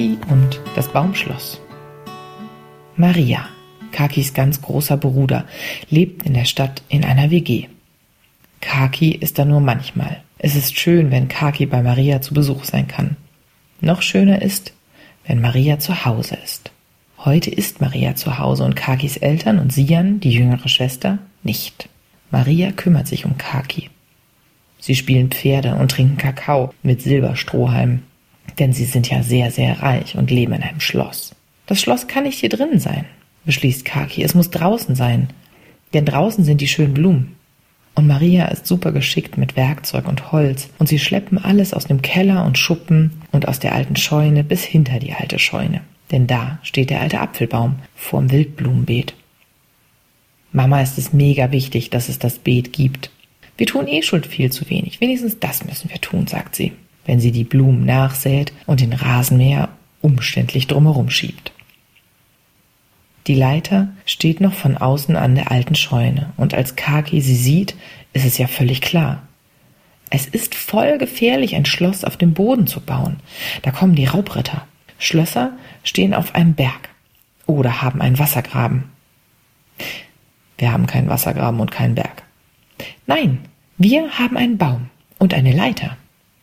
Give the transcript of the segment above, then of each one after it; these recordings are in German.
Kaki und das Baumschloss. Maria, Kakis ganz großer Bruder, lebt in der Stadt in einer WG. Kaki ist da nur manchmal. Es ist schön, wenn Kaki bei Maria zu Besuch sein kann. Noch schöner ist, wenn Maria zu Hause ist. Heute ist Maria zu Hause und Kakis Eltern und Sian, die jüngere Schwester, nicht. Maria kümmert sich um Kaki. Sie spielen Pferde und trinken Kakao mit Silberstrohhalmen, denn sie sind ja sehr, sehr reich und leben in einem Schloss. Das Schloss kann nicht hier drinnen sein, beschließt Kaki. Es muss draußen sein, denn draußen sind die schönen Blumen. Und Maria ist super geschickt mit Werkzeug und Holz und sie schleppen alles aus dem Keller und Schuppen und aus der alten Scheune bis hinter die alte Scheune. Denn da steht der alte Apfelbaum vorm Wildblumenbeet. Mama ist es mega wichtig, dass es das Beet gibt. Wir tun schon viel zu wenig. Wenigstens das müssen wir tun, sagt sie, wenn sie die Blumen nachsät und den Rasenmäher umständlich drumherum schiebt. Die Leiter steht noch von außen an der alten Scheune und als Kaki sie sieht, ist es ja völlig klar. Es ist voll gefährlich, ein Schloss auf dem Boden zu bauen. Da kommen die Raubritter. Schlösser stehen auf einem Berg oder haben einen Wassergraben. Wir haben keinen Wassergraben und keinen Berg. Nein, wir haben einen Baum und eine Leiter.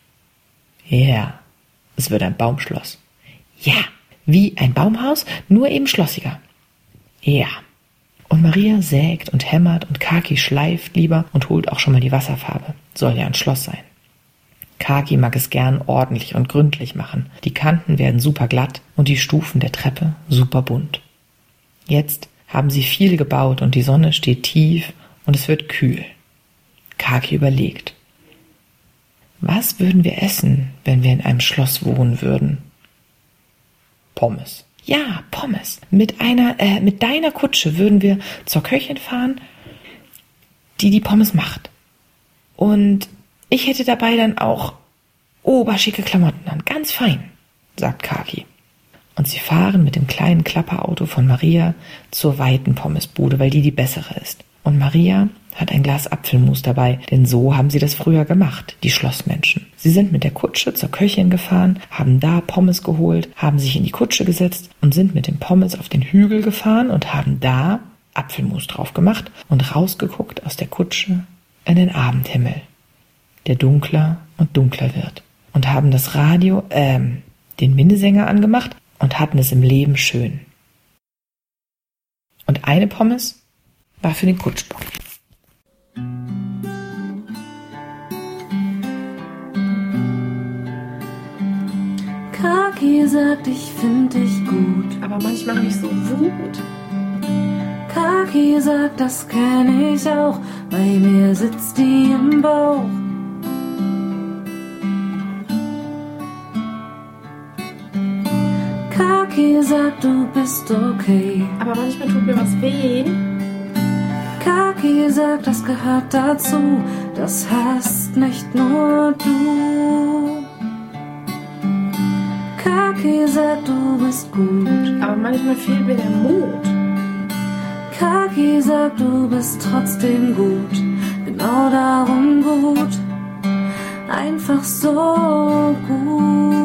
Ja, es wird ein Baumschloss. Ja, wie ein Baumhaus, nur eben schlossiger. Ja. Und Maria sägt und hämmert und Kaki schleift lieber und holt auch schon mal die Wasserfarbe. Soll ja ein Schloss sein. Kaki mag es gern ordentlich und gründlich machen. Die Kanten werden super glatt und die Stufen der Treppe super bunt. Jetzt haben sie viel gebaut und die Sonne steht tief und es wird kühl. Kaki überlegt. Was würden wir essen, wenn wir in einem Schloss wohnen würden? Pommes. Ja, Pommes. Mit deiner Kutsche würden wir zur Köchin fahren, die Pommes macht. Und ich hätte dabei dann auch oberschicke Klamotten an. Ganz fein, sagt Kaki. Und sie fahren mit dem kleinen Klapperauto von Maria zur weiten Pommesbude, weil die bessere ist. Und Maria hat ein Glas Apfelmus dabei, denn so haben sie das früher gemacht, die Schlossmenschen. Sie sind mit der Kutsche zur Köchin gefahren, haben da Pommes geholt, haben sich in die Kutsche gesetzt und sind mit dem Pommes auf den Hügel gefahren und haben da Apfelmus drauf gemacht und rausgeguckt aus der Kutsche in den Abendhimmel, der dunkler und dunkler wird. Und haben das Radio, den Minnesänger angemacht und hatten es im Leben schön. Und eine Pommes war für den Kutschbock. Kaki sagt, ich find dich gut, aber manchmal habe ich so Wut. Kaki sagt, das kenn ich auch, bei mir sitzt die im Bauch. Kaki sagt, du bist okay, aber manchmal tut mir was weh. Kaki sagt, das gehört dazu, das hast nicht nur du. Kaki sagt, du bist gut, aber manchmal fehlt mir der Mut. Kaki sagt, du bist trotzdem gut, genau darum gut, einfach so gut.